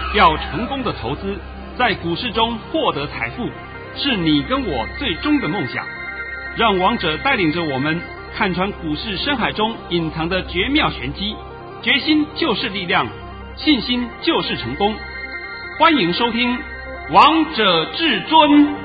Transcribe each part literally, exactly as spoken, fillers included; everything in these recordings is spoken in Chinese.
要成功的投资，在股市中获得财富，是你跟我最终的梦想。让王者带领着我们看穿股市深海中隐藏的绝妙玄机，决心就是力量，信心就是成功。欢迎收听《王者至尊》。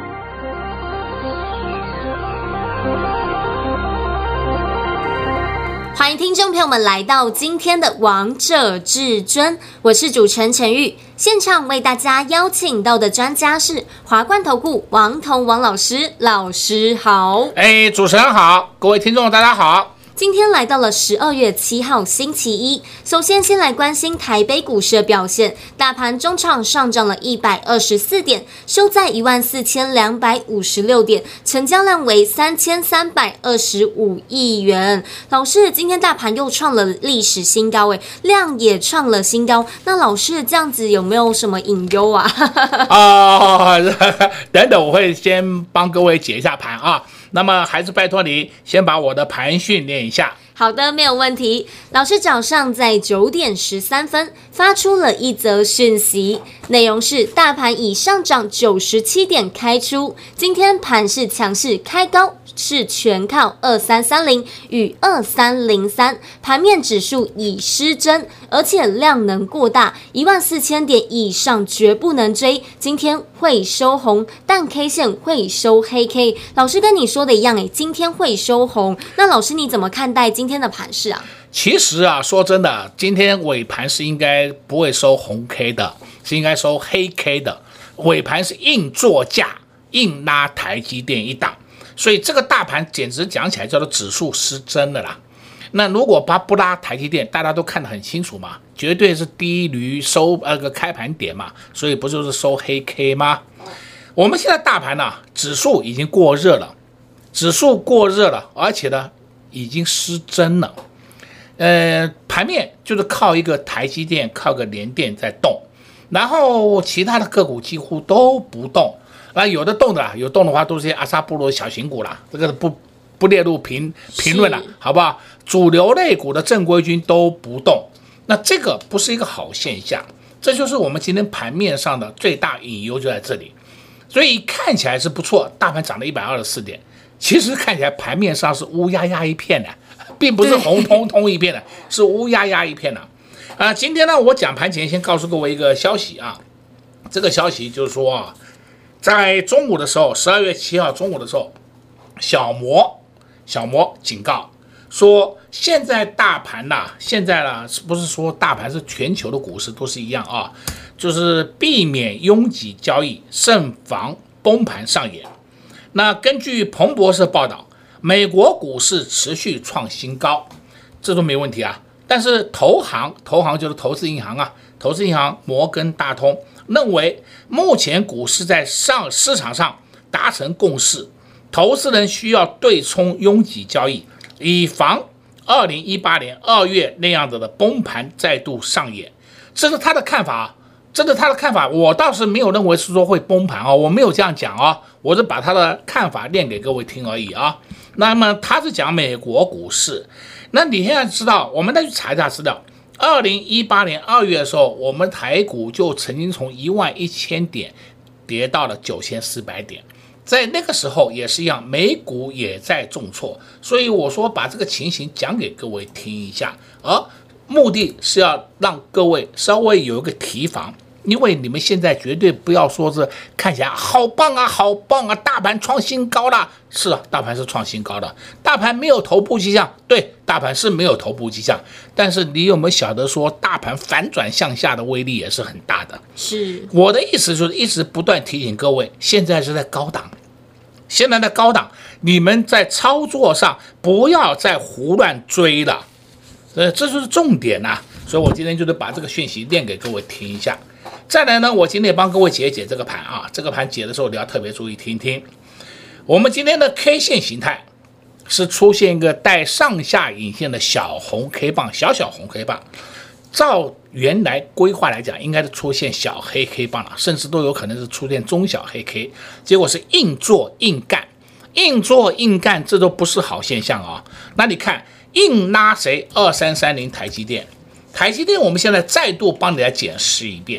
欢迎听众朋友们来到今天的王者至尊，我是主持人陈玉。现场为大家邀请到的专家是华冠投顾王彤王老师，老师好。 哎，主持人好，各位听众大家好。 今天来到了十二月七号星期一，首先先来关心台北股市的表现，大盘中场上涨了一百二十四点，收在一万四千两百五十六点，成交量为三千三百二十五亿元。老师，今天大盘又创了历史新高，诶，量也创了新高，那老师这样子有没有什么隐忧啊？ 哦，等等，我会先帮各位解一下盘啊。那么还是拜托你先把我的盘训练一下。 好的，没有问题。老师早上在九点十三分发出了一则讯息，内容是大盘已上涨九十七点开出，今天盘是强势开高，是全靠二三三零与二三零三，盘面指数已失真，而且量能过大，一万四千点以上绝不能追。今天会收红，但 K 线会收黑 K。老师跟你说的一样，诶，今天会收红。那老师你怎么看待今天的盘势啊？ 其实啊，说真的，今天尾盘是应该不会收红 K 的，是应该收黑 K 的。尾盘是硬做价，硬拉台积电一档，所以这个大盘简直讲起来叫做指数失真了啦。那如果它不拉台积电，大家都看得很清楚嘛，绝对是低于收那个开盘点嘛，所以不就是收黑 K 吗？我们现在大盘呢、啊，指数已经过热了，指数过热了，而且呢已经失真了。呃，盘面就是靠一个台积电，靠个联电在动，然后其他的个股几乎都不动。那有的动的，有动的话都是些阿萨布罗小型股啦，这个不不列入评评论了，好不好？主流类股的正规军都不动，那这个不是一个好现象，这就是我们今天盘面上的最大隐忧就在这里。所以看起来是不错，大盘涨了一百二十四点，其实看起来盘面上是乌压压一片的，并不是红彤彤一片的，是乌压压一片的。啊，今天呢，我讲盘前先告诉各位一个消息啊，这个消息就是说啊，在中午的时候，十二月七号中午的时候，小摩小摩警告说，现在大盘呐、啊，现在呢，不是说大盘是全球的股市都是一样啊，就是避免拥挤交易，慎防崩盘上演。那根据彭博社报道，美国股市持续创新高，这都没问题啊。但是投行，投行就是投资银行啊，投资银行摩根大通认为，目前股市在上市场上达成共识，投资人需要对冲拥挤交易，以防二零一八年二月那样子的崩盘再度上演。这是他的看法，这是他的看法，我倒是没有认为是说会崩盘哦，我没有这样讲哦，我是把他的看法念给各位听而已啊。那么他是讲美国股市，那你现在知道，我们再去查一下资料，二零一八年二月的时候，我们台股就曾经从一万一千点跌到了九千四百点。在那个时候也是一样，美股也在重挫，所以我说把这个情形讲给各位听一下，而目的是要让各位稍微有一个提防，因为你们现在绝对不要说是看起来好棒啊好棒啊，大盘创新高了，是啊，大盘是创新高的，大盘没有头部迹象，对，大盘是没有头部迹象，但是你有没有晓得说大盘反转向下的威力也是很大的？ 是，我的意思就是一直不断提醒各位，现在是在高档，现在的高档，你们在操作上不要再胡乱追了，呃，这就是重点呐、啊。所以我今天就是把这个讯息念给各位听一下。再来呢，我今天帮各位解解这个盘啊，这个盘解的时候你要特别注意听听。我们今天的 K 线形态是出现一个带上下影线的小红 K 棒，小小红 K 棒。照原来规划来讲，应该是出现小黑 K 棒了，甚至都有可能是出现中小黑 K， 结果是硬做硬干，硬做硬干，这都不是好现象啊。那你看硬拉谁？二三三零台积电，台积电我们现在再度帮你来解释一遍。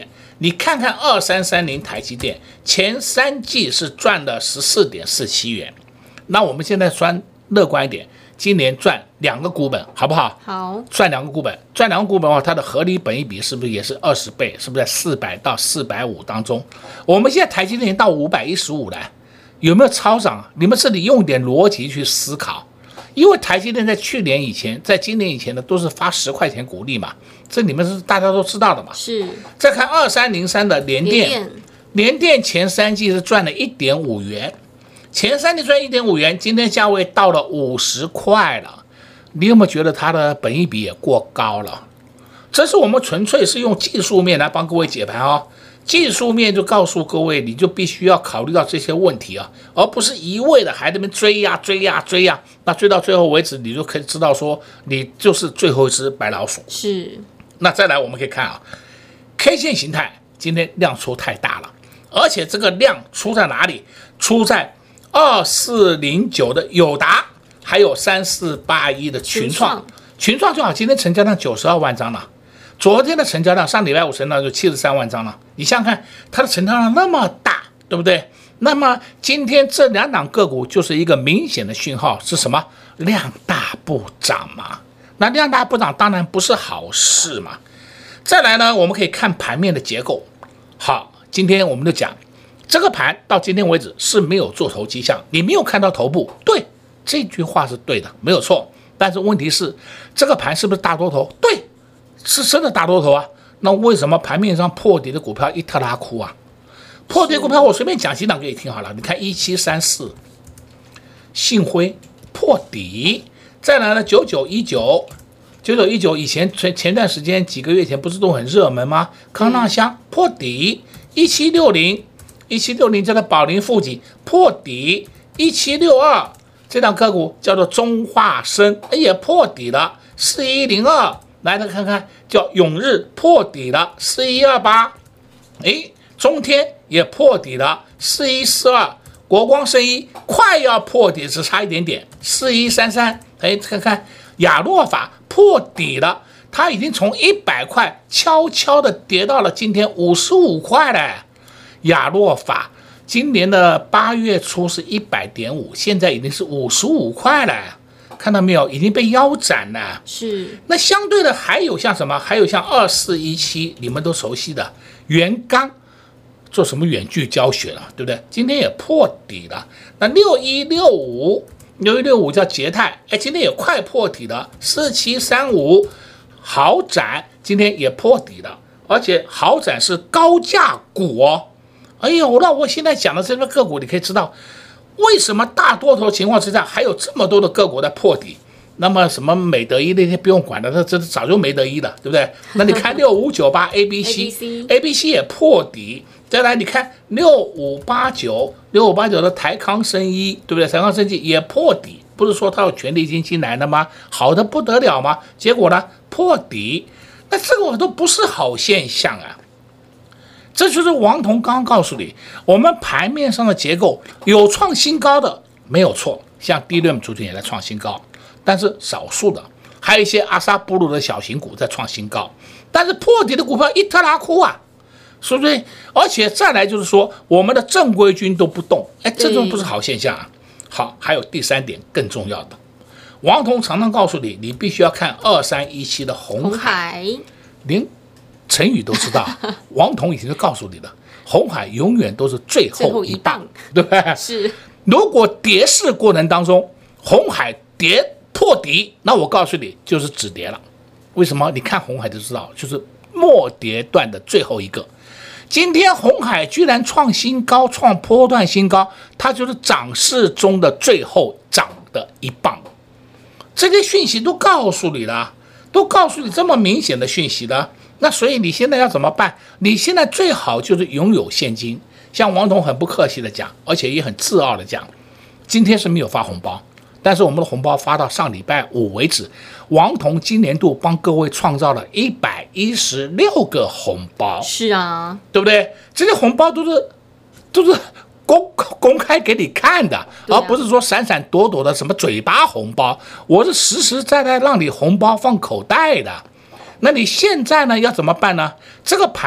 你看看二三三零台积电前三季是赚了十四点四七元，那我们现在算乐观一点，今年赚两个股本，好不好？ 好， 赚两个股本，赚两个股本的话，它的合理本益比是不是也是二十倍？是不是在四百到四百五当中？我们现在台积电到五百一十五了，有没有超涨？你们这里用点逻辑去思考。因为台积电在去年以前，在今年以前呢，都是发十块钱股利嘛，这你们是大家都知道的嘛。 是。 再看二三零三的联电， 联电联电前三季是赚了一点五元，前三季赚一点五元，今天价位到了五十块了，你有没有觉得它的本益比也过高了？这是我们纯粹是用技术面来帮各位解盘哦。技术面就告诉各位，你就必须要考虑到这些问题啊，而不是一味的还在那边追呀追呀追呀，那追到最后为止，你就可以知道说你就是最后一只白老鼠。 是。 那再来我们可以看啊 ，K 线形态今天量出太大了，而且这个量出在哪里？出在二四零九的友达，还有三四八一的群创，群创就好，今天成交量九十二万张了。昨天的成交量，上礼拜五成交量就七十三万张了。你想想看，它的成交量那么大，对不对？那么今天这两档个股就是一个明显的讯号，是什么？量大不涨嘛。那量大不涨当然不是好事嘛。再来呢，我们可以看盘面的结构。好，今天我们就讲这个盘到今天为止是没有做头迹象，你没有看到头部，对，这句话是对的，没有错。但是问题是，这个盘是不是大多头？对。是真的大多头啊，那为什么盘面上破底的股票一特拉哭啊？破底股票我随便讲几档给你听好了，你看一七三四，信辉破底，再来呢九九一九，九九一九以前前前段时间几个月前不是都很热门吗？康纳香破底，一七六零，一七六零这个宝林富锦破底，一七六二这档个股叫做中化生，也破底了，四一零二。来，再看看，叫永日破底了，四一二八，哎，中天也破底了，四一四二，国光生医快要破底，只差一点点，四一三三，哎，看看亚诺法破底了，它已经从一百块悄悄的跌到了今天五十五块了。亚诺法今年的八月初是一百点五，现在已经是五十五块了。看到没有，已经被腰斩了。 是。那相对的还有像什么？还有像二四一七，你们都熟悉的元刚，做什么远距教学了，对不对？今天也破底了。那六一六五，六一六五叫捷泰，哎，今天也快破底了。四七三五，豪展今天也破底了，而且豪展是高价股哦。哎呦，那我现在讲的这个个股，你可以知道。为什么大多头情况之下还有这么多的个股在破底？那么什么美德一那些不用管了，这这早就没得一了，对不对？那你看六五九八 A B C，A B C 也破底。再来你看六五八九，六五八九的台康生医，对不对？台康生技也破底，不是说它有权利金进来的吗？好的不得了吗？结果呢破底，那这个都不是好现象啊。这就是王彤刚刚告诉你，我们盘面上的结构有创新高的没有错，像 D R A M 族群也在创新高，但是少数的，还有一些阿萨布鲁的小型股在创新高，但是破底的股票一特拉哭啊，是不是？而且再来就是说，我们的正规军都不动，哎，这种不是好现象啊。好，还有第三点更重要的，王彤常常告诉你，你必须要看二三一七的红海，连成语都知道，王彤以前就告诉你了，红海永远都是最后一棒，对不对？ 是。 如果跌势过程当中，红海跌破底，那我告诉你就是止跌了。为什么？你看红海就知道，就是末跌段的最后一个。今天红海居然创新高，创波段新高，它就是涨势中的最后涨的一棒。这些讯息都告诉你了，都告诉你这么明显的讯息了。那所以你现在要怎么办？你现在最好就是拥有现金，像王彤很不客气的讲，而且也很自傲的讲，今天是没有发红包，但是我们的红包发到上礼拜五为止，王彤今年度帮各位创造了一百一十六个红包。 是啊， 对不对？这些红包都是都是公公开给你看的，而不是说闪闪躲躲的什么嘴巴红包，我是实实在在让你红包放口袋的。那你现在呢要怎么办呢？这个盘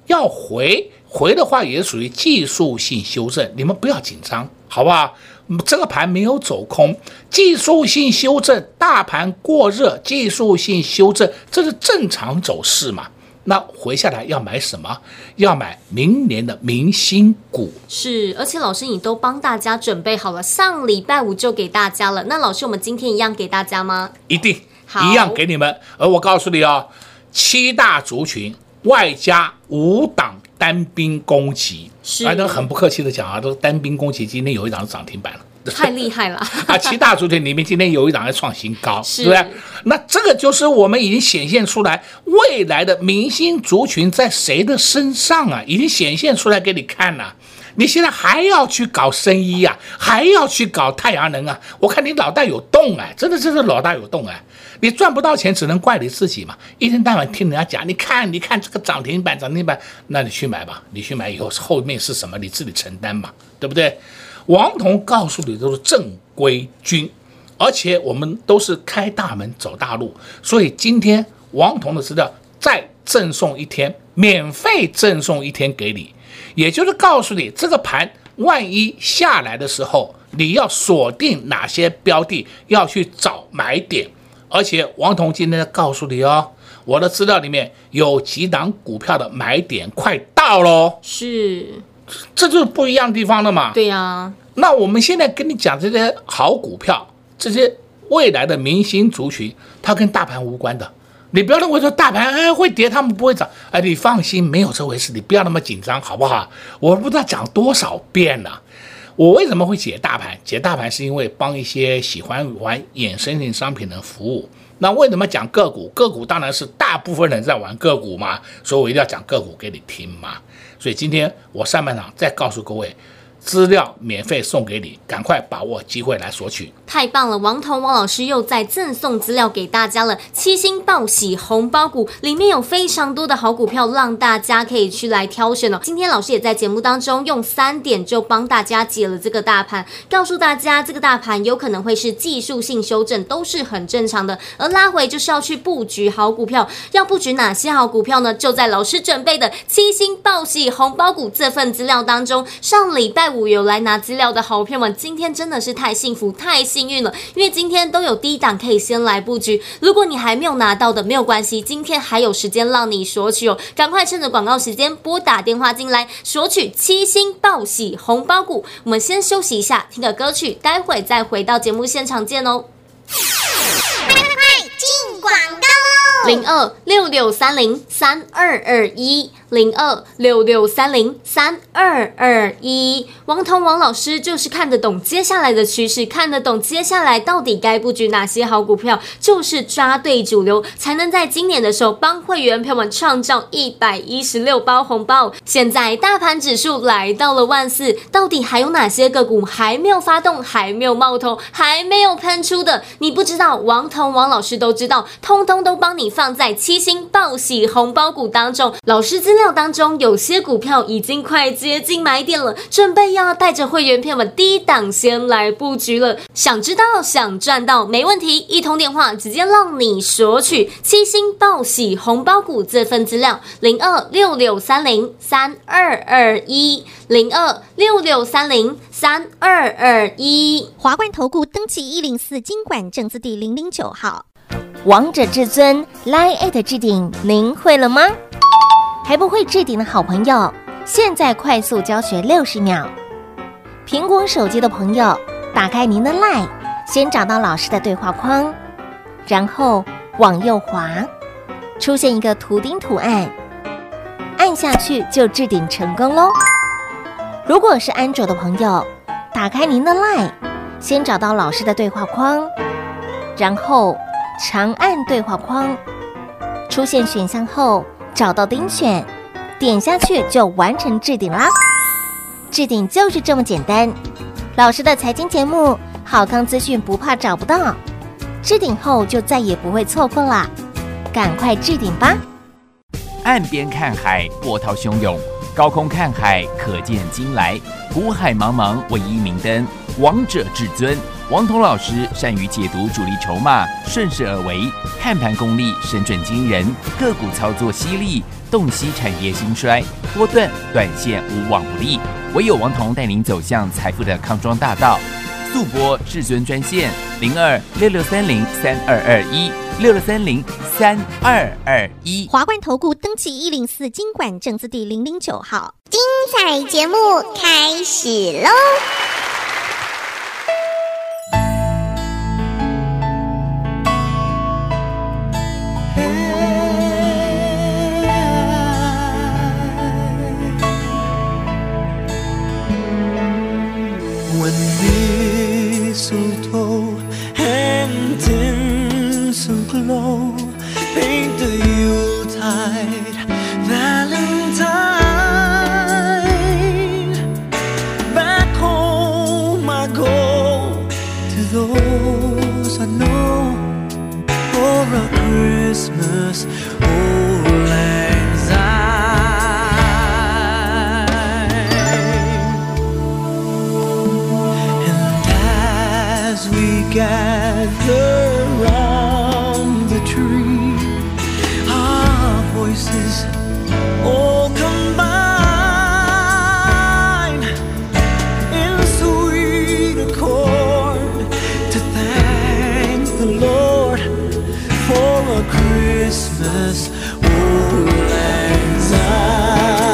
要回回的话也是属于技术性修正，你们不要紧张，好不好？这个盘没有走空，技术性修正，大盘过热，技术性修正，这是正常走势嘛。那回下来要买什么？要买明年的明星股。 是，而且老师你都帮大家准备好了，上礼拜五就给大家了。那老师，我们今天一样给大家吗？ 一定，一样给你们。而我告诉你哦，七大族群外加五档单兵攻击， 是， 哎，那很不客气的讲啊，都单兵攻击，今天有一档是涨停板了。 太厉害了啊！七大族群里面，今天有一档在创新高， 是对不对？那这个就是我们已经显现出来未来的明星族群在谁的身上啊？已经显现出来给你看了、啊。你现在还要去搞生意啊，还要去搞太阳能啊？我看你脑袋有洞哎，真的真的脑袋有洞哎！你赚不到钱，只能怪你自己嘛。一天到晚听人家讲，你看你看这个涨停板涨停板，那你去买吧，你去买以后后面是什么，你自己承担嘛，对不对？王彤告诉你都是正规军，而且我们都是开大门走大路，所以今天王彤的资料再赠送一天，免费赠送一天给你，也就是告诉你这个盘万一下来的时候，你要锁定哪些标的，要去找买点。而且王彤今天告诉你哦，我的资料里面有几档股票的买点快到咯， 是。 这就是不一样的地方了嘛。 对呀、啊， 那我们现在跟你讲这些好股票，这些未来的明星族群，它跟大盘无关的。你不要认为说大盘哎会跌，他们不会涨，哎，你放心，没有这回事，你不要那么紧张，好不好？我不知道讲多少遍了。我为什么会解大盘？解大盘是因为帮一些喜欢玩衍生性商品的服务。那为什么讲个股？个股当然是大部分人在玩个股嘛，所以我一定要讲个股给你听嘛。所以今天我上半场再告诉各位，资料免费送给你，赶快把握机会来索取。 太棒了，王彤王老师又在赠送资料给大家了，七星报喜红包股里面有非常多的好股票，让大家可以去来挑选哦。今天老师也在节目当中用三点就帮大家解了这个大盘，告诉大家这个大盘有可能会是技术性修正，都是很正常的，而拉回就是要去布局好股票。要布局哪些好股票呢？就在老师准备的七星报喜红包股这份资料当中，上礼拜五有来拿资料的好朋友们，今天真的是太幸福太幸运了，因为今天都有低档可以先来布局。如果你还没有拿到的，没有关系，今天还有时间让你索取哦，赶快趁着广告时间拨打电话进来索取七星报喜红包股。我们先休息一下，听个歌曲，待会再回到节目现场见哦。 进广告喽！ 零二六六三零三二二一。零二六六三零三二二一，王彤王老师就是看得懂接下来的趋势，看得懂接下来到底该布局哪些好股票，就是抓对主流，才能在今年的时候帮会员朋友们创造一百一十六包红包。现在大盘指数来到了万四，到底还有哪些个股还没有发动，还没有冒头，还没有喷出的？你不知道，王彤王老师都知道，通通都帮你放在七星报喜红包股当中。老师资料当中有些股票已经快接近买点了，准备要带着会员朋友们低档先来布局了。想知道想赚到没问题，一通电话直接让你索取七星报喜红包股这份资料，零二六六三零三二二一，零二六六三零三二二一。 华冠投顾登记一零四金管证字第零零九号。 王者至尊 Line at 置顶，您会了吗？还不会置顶的好朋友，现在快速教学六十秒。苹果手机的朋友，打开您的 Line， 先找到老师的对话框，然后往右滑，出现一个图钉图案，按下去就置顶成功咯。如果是安卓的朋友，打开您的 Line， 先找到老师的对话框，然后长按对话框，出现选项后找到钉选，点下去就完成置顶啦。置顶就是这么简单。老师的财经节目，好康资讯不怕找不到，置顶后就再也不会错过啦，赶快置顶吧。 岸边看海，波涛汹涌；高空看海，可见金来。股海茫茫，唯一明灯，王者至尊。王彤老师善于解读主力筹码，顺势而为，看盘功力神准惊人，个股操作犀利， 洞悉产业兴衰，波段短线无往不利。唯有王彤带您走向财富的康庄大道。速播至尊专线零二六六三零三二二一六六三零三二二一。 华冠投顾登记一零四金管证字第零零九号。 精彩节目开始喽！ Mistletoe and tinsel glow paint the Yuletide Valentine. Back home I go to those I know for a Christmas old lang syne. As we gather round the tree, our voices all combine in sweet accord to thank the Lord for a Christmas old lang syne.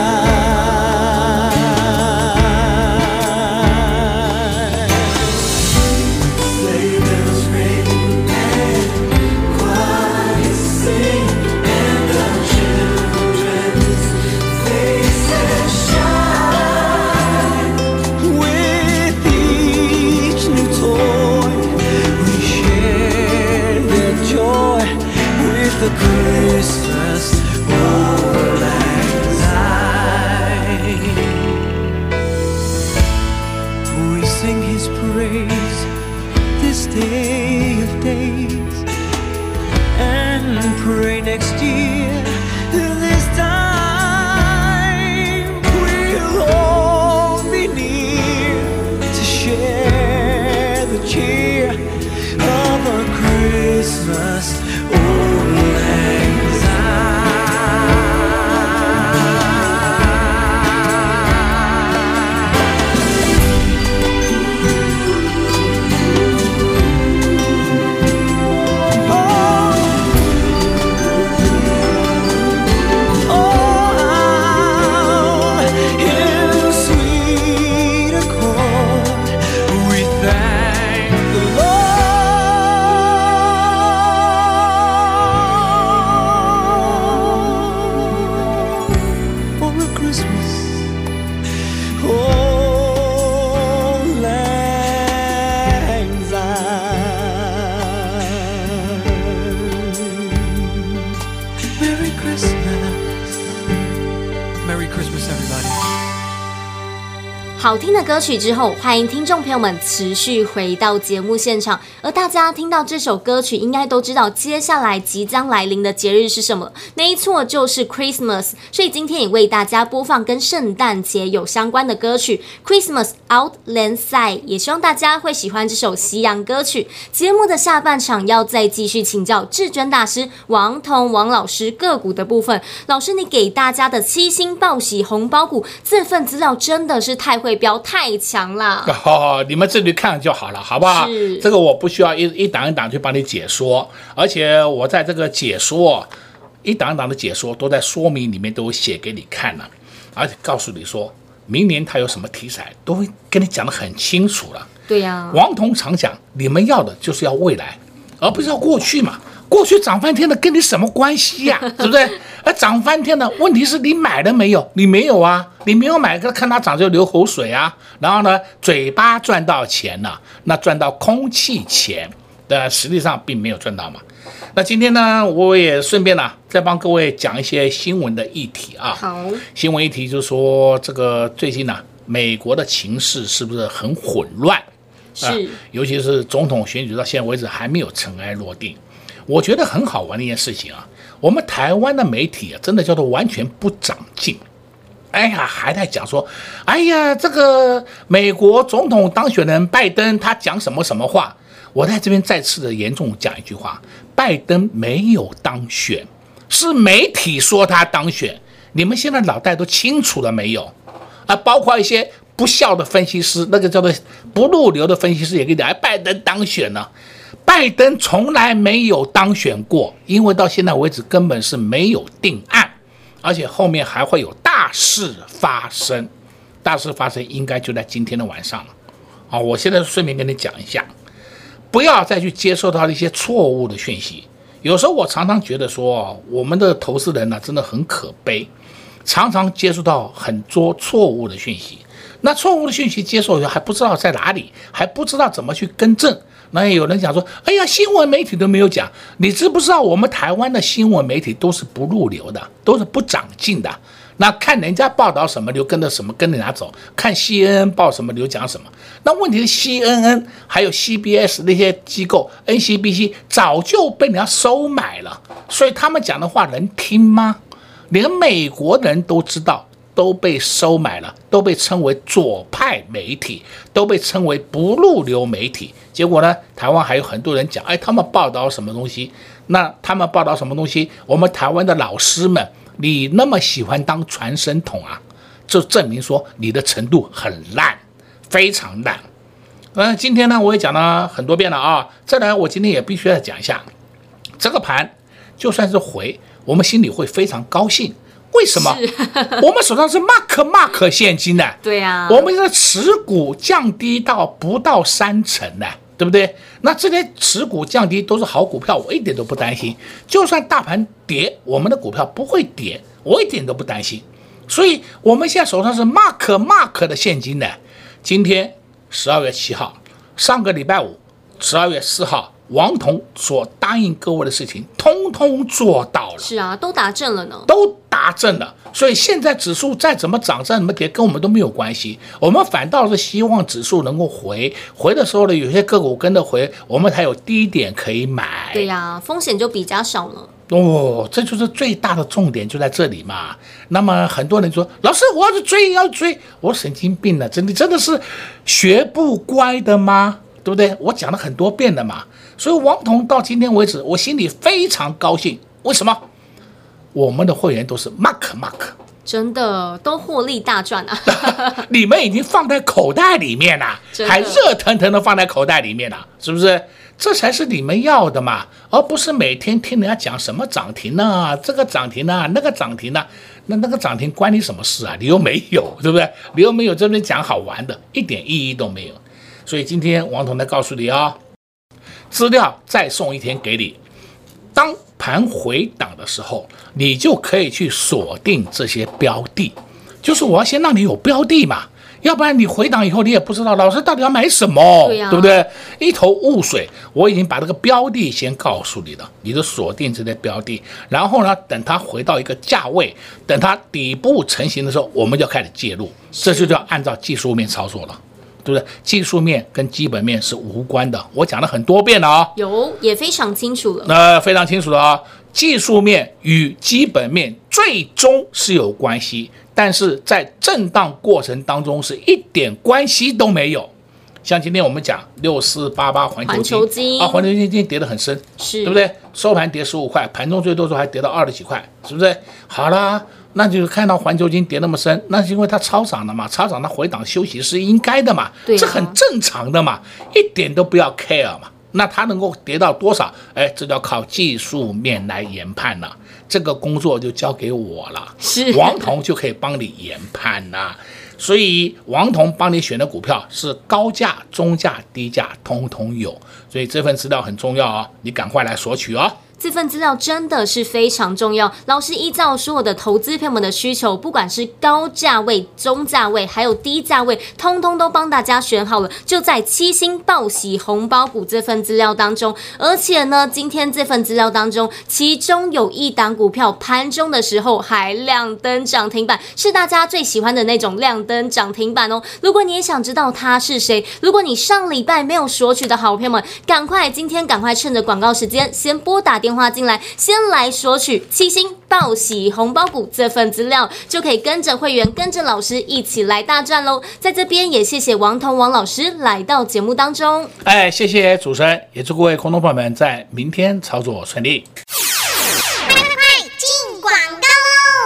The Christmas old lang syne. We sing His praise this day of days and pray next year this time we'll all be near to share the cheer of a Christmas old lang syne. Merry Christmas, everybody. 好听的歌曲之后，欢迎听众朋友们持续回到节目现场。而大家听到这首歌曲，应该都知道接下来即将来临的节日是什么了？没错，就是 Christmas。所以今天也为大家播放跟圣诞节有相关的歌曲 Christmas Auld Lang Syne， 也希望大家会喜欢这首西洋歌曲。节目的下半场要再继续请教至尊大师王彤王老师个股的部分。老师，你给大家的七星报喜红包股这份资料真的是太会标太强了。 哦，你们自己看就好了，好不好？这个我不需要一一档一档去帮你解说，而且我在这个解说一档一档的解说都在说明里面都有写给你看了，而且告诉你说明年它有什么题材，都会跟你讲得很清楚了。 对呀、啊， 王彤常讲，你们要的就是要未来，而不是要过去嘛。过去涨翻天的跟你什么关系呀、啊？对不对？而涨翻天的问题是你买了没有？你没有啊，你没有买，看它涨就流口水啊。然后呢，嘴巴赚到钱了，那赚到空气钱，但实际上并没有赚到嘛。那今天呢，我也顺便呢、啊，再帮各位讲一些新闻的议题啊。 好， 新闻议题就是说，这个最近呢、啊，美国的情势是不是很混乱？ 是、 啊，尤其是总统选举到现在为止还没有尘埃落定。我觉得很好玩的一件事情啊，我们台湾的媒体啊，真的叫做完全不长进。哎呀，还在讲说，哎呀，这个美国总统当选人拜登他讲什么什么话。我在这边再次的严重讲一句话，拜登没有当选，是媒体说他当选。 你们现在脑袋都清楚了没有？啊，包括一些不孝的分析师，那个叫做不入流的分析师也跟你讲，哎，拜登当选了。拜登从来没有当选过，因为到现在为止根本是没有定案，而且后面还会有大事发生。大事发生应该就在今天的晚上了。好，我现在顺便跟你讲一下，不要再去接受到一些错误的讯息。有时候我常常觉得说，我们的投资人呢、啊、真的很可悲，常常接触到很多错误的讯息。那错误的讯息接受以后还不知道在哪里，还不知道怎么去更正。那有人讲说，哎呀，新闻媒体都没有讲。你知不知道我们台湾的新闻媒体都是不入流的，都是不长进的。那看人家报道什么就跟着什么，跟人家走。看 C N N 报什么就讲什么。那问题是 C N N 还有 C B S 那些机构 N C B C 早就被人家收买了，所以他们讲的话能听吗？连美国人都知道。都被收买了，都被称为左派媒体，都被称为不入流媒体。结果呢，台湾还有很多人讲，哎，他们报道什么东西？那他们报道什么东西？我们台湾的老师们，你那么喜欢当传声筒啊，就证明说你的程度很烂，非常烂。呃，今天呢，我也讲了很多遍了啊。再来，我今天也必须要讲一下，这个盘就算是回，我们心里会非常高兴。为什么？我们手上是 mark mark 现金的， 对啊， 我们的持股降低到不到三成的，对不对？那这些持股降低都是好股票，我一点都不担心。就算大盘跌，我们的股票不会跌，我一点都不担心。所以我们现在手上是 mark mark 的现金的。今天十二月七号，上个礼拜五十二月四号。王彤所答应各位的事情，通通做到了。 是啊，都达阵了呢， 都达阵了。所以现在指数再怎么涨，再怎么跌，跟我们都没有关系。我们反倒是希望指数能够回，回的时候呢，有些个股跟着回，我们才有低点可以买。 对呀、啊，风险就比较少了。 哦，这就是最大的重点，就在这里嘛。那么很多人说，老师，我要去追，要追，我神经病了，真的真的是学不乖的吗？对不对？我讲了很多遍了嘛。所以王彤到今天为止，我心里非常高兴。为什么？我们的会员都是 mark mark， 真的都获利大赚啊！ 你们已经放在口袋里面了，还热腾腾的放在口袋里面了，是不是？这才是你们要的嘛，而不是每天听人家讲什么涨停啊，这个涨停啊，那个涨停啊，那那个涨停关你什么事啊？你又没有，对不对？你又没有这边讲好玩的，一点意义都没有。所以今天王彤来告诉你啊、哦。资料再送一天给你，当盘回档的时候，你就可以去锁定这些标的，就是我要先让你有标的嘛，要不然你回档以后你也不知道老师到底要买什么， 对,、啊、对不对？一头雾水。我已经把这个标的先告诉你了，你就锁定这些标的，然后呢，等它回到一个价位，等它底部成型的时候，我们就开始介入，这就叫按照技术面操作了。对不对？技术面跟基本面是无关的，我讲了很多遍了啊、哦， 有也非常清楚了。 呃，非常清楚了啊、哦，技术面与基本面最终是有关系，但是在震荡过程当中是一点关系都没有。像今天我们讲六四八八环球金， 环球金啊，环球金今天跌得很深， 是， 对不对？收盘跌十五块，盘中最多时候还跌到二十几块，是不是？好啦。那就是看到环球金跌那么深，那是因为它超涨了嘛，超涨它回档休息是应该的嘛， 对啊、 这很正常的嘛，一点都不要 care 嘛。那它能够跌到多少？哎，这就要靠技术面来研判了。这个工作就交给我了， 是王彤就可以帮你研判啦。所以王彤帮你选的股票是高价、中价、低价，通通有。所以这份资料很重要哦，你赶快来索取哦。 这份资料真的是非常重要，老师依照所有的投资朋友们的需求，不管是高价位、中价位，还有低价位，通通都帮大家选好了，就在七星报喜红包股这份资料当中。而且呢，今天这份资料当中，其中有一档股票盘中的时候还亮灯涨停板，是大家最喜欢的那种亮灯涨停板哦。如果你也想知道他是谁，如果你上礼拜没有索取的好朋友们，赶快今天赶快趁着广告时间，先拨打电话电话进来，先来索取七星报喜红包股这份资料，就可以跟着会员跟着老师一起来大赚喽。在这边也谢谢王彤王老师来到节目当中。 哎，谢谢主持人，也祝各位空头朋友们在明天操作顺利。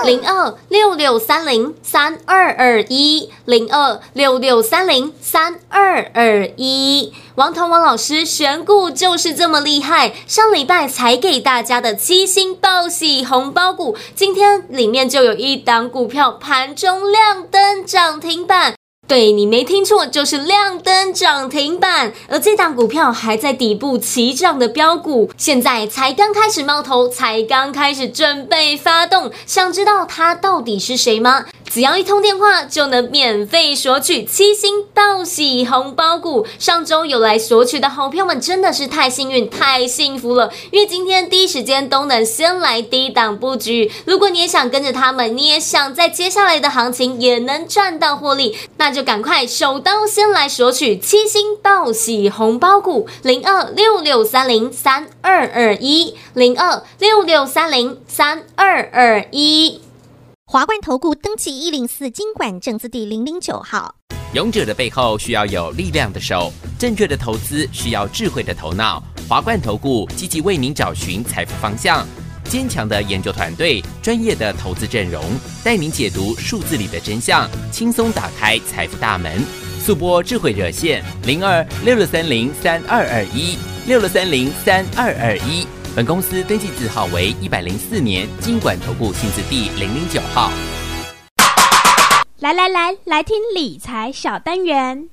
零二六六三零三二二一零二六六三零三二二一。王彤王老师选股就是这么厉害，上礼拜才给大家的七星报喜红包股，今天里面就有一档股票盘中亮灯涨停板。对，你没听错，就是亮灯涨停板，而这档股票还在底部起涨的标股，现在才刚开始冒头，才刚开始准备发动，想知道它到底是谁吗？只要一通电话就能免费索取七星报喜红包股，上周有来索取的好朋友们真的是太幸运太幸福了，因为今天第一时间都能先来低档布局。如果你也想跟着他们，你也想在接下来的行情也能赚到获利，那就赶快手刀先来索取七星报喜红包股零二六六三零三二二一零二六六三零三二二一。 华冠投顾登记一零四金管证字第零零九号。 勇者的背后需要有力量的手，正确的投资需要智慧的头脑。华冠投顾积极为您找寻财富方向，坚强的研究团队，专业的投资阵容，带您解读数字里的真相，轻松打开财富大门。速播智慧热线零二六六三零三二二一六六三零三二二一。本公司登记字号为一百零四年金管投顾新字第零零九号。 来来来，来听理财小单元。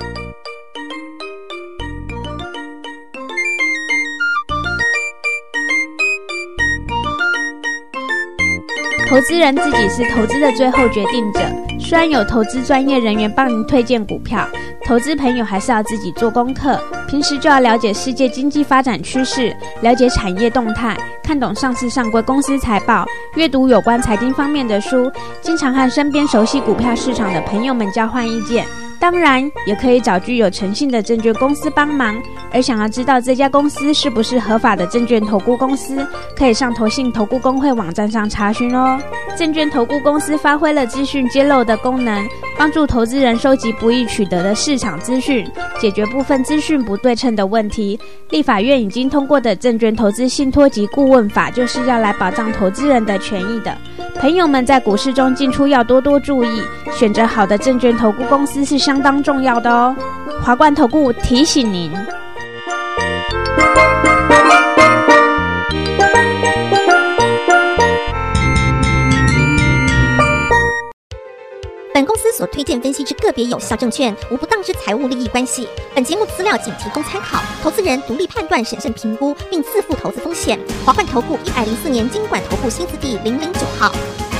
投资人自己是投资的最后决定者，虽然有投资专业人员帮您推荐股票，投资朋友还是要自己做功课，平时就要了解世界经济发展趋势，了解产业动态，看懂上市上柜公司财报，阅读有关财经方面的书，经常和身边熟悉股票市场的朋友们交换意见。当然也可以找具有诚信的证券公司帮忙，而想要知道这家公司是不是合法的证券投顾公司，可以上投信投顾公会网站上查询哦。证券投顾公司发挥了资讯揭露的功能，帮助投资人收集不易取得的市场资讯，解决部分资讯不对称的问题。立法院已经通过的证券投资信托及顾问法，就是要来保障投资人的权益的。朋友们在股市中进出要多多注意，选择好的证券投顾公司是相当重要的哦。华冠投顾提醒您。 本公司所推荐分析之个别有效证券，无不当之财务利益关系。本节目资料仅提供参考，投资人独立判断、审慎评估，并自负投资风险。华冠投顾一百零四年金管投顾新字第零零九号。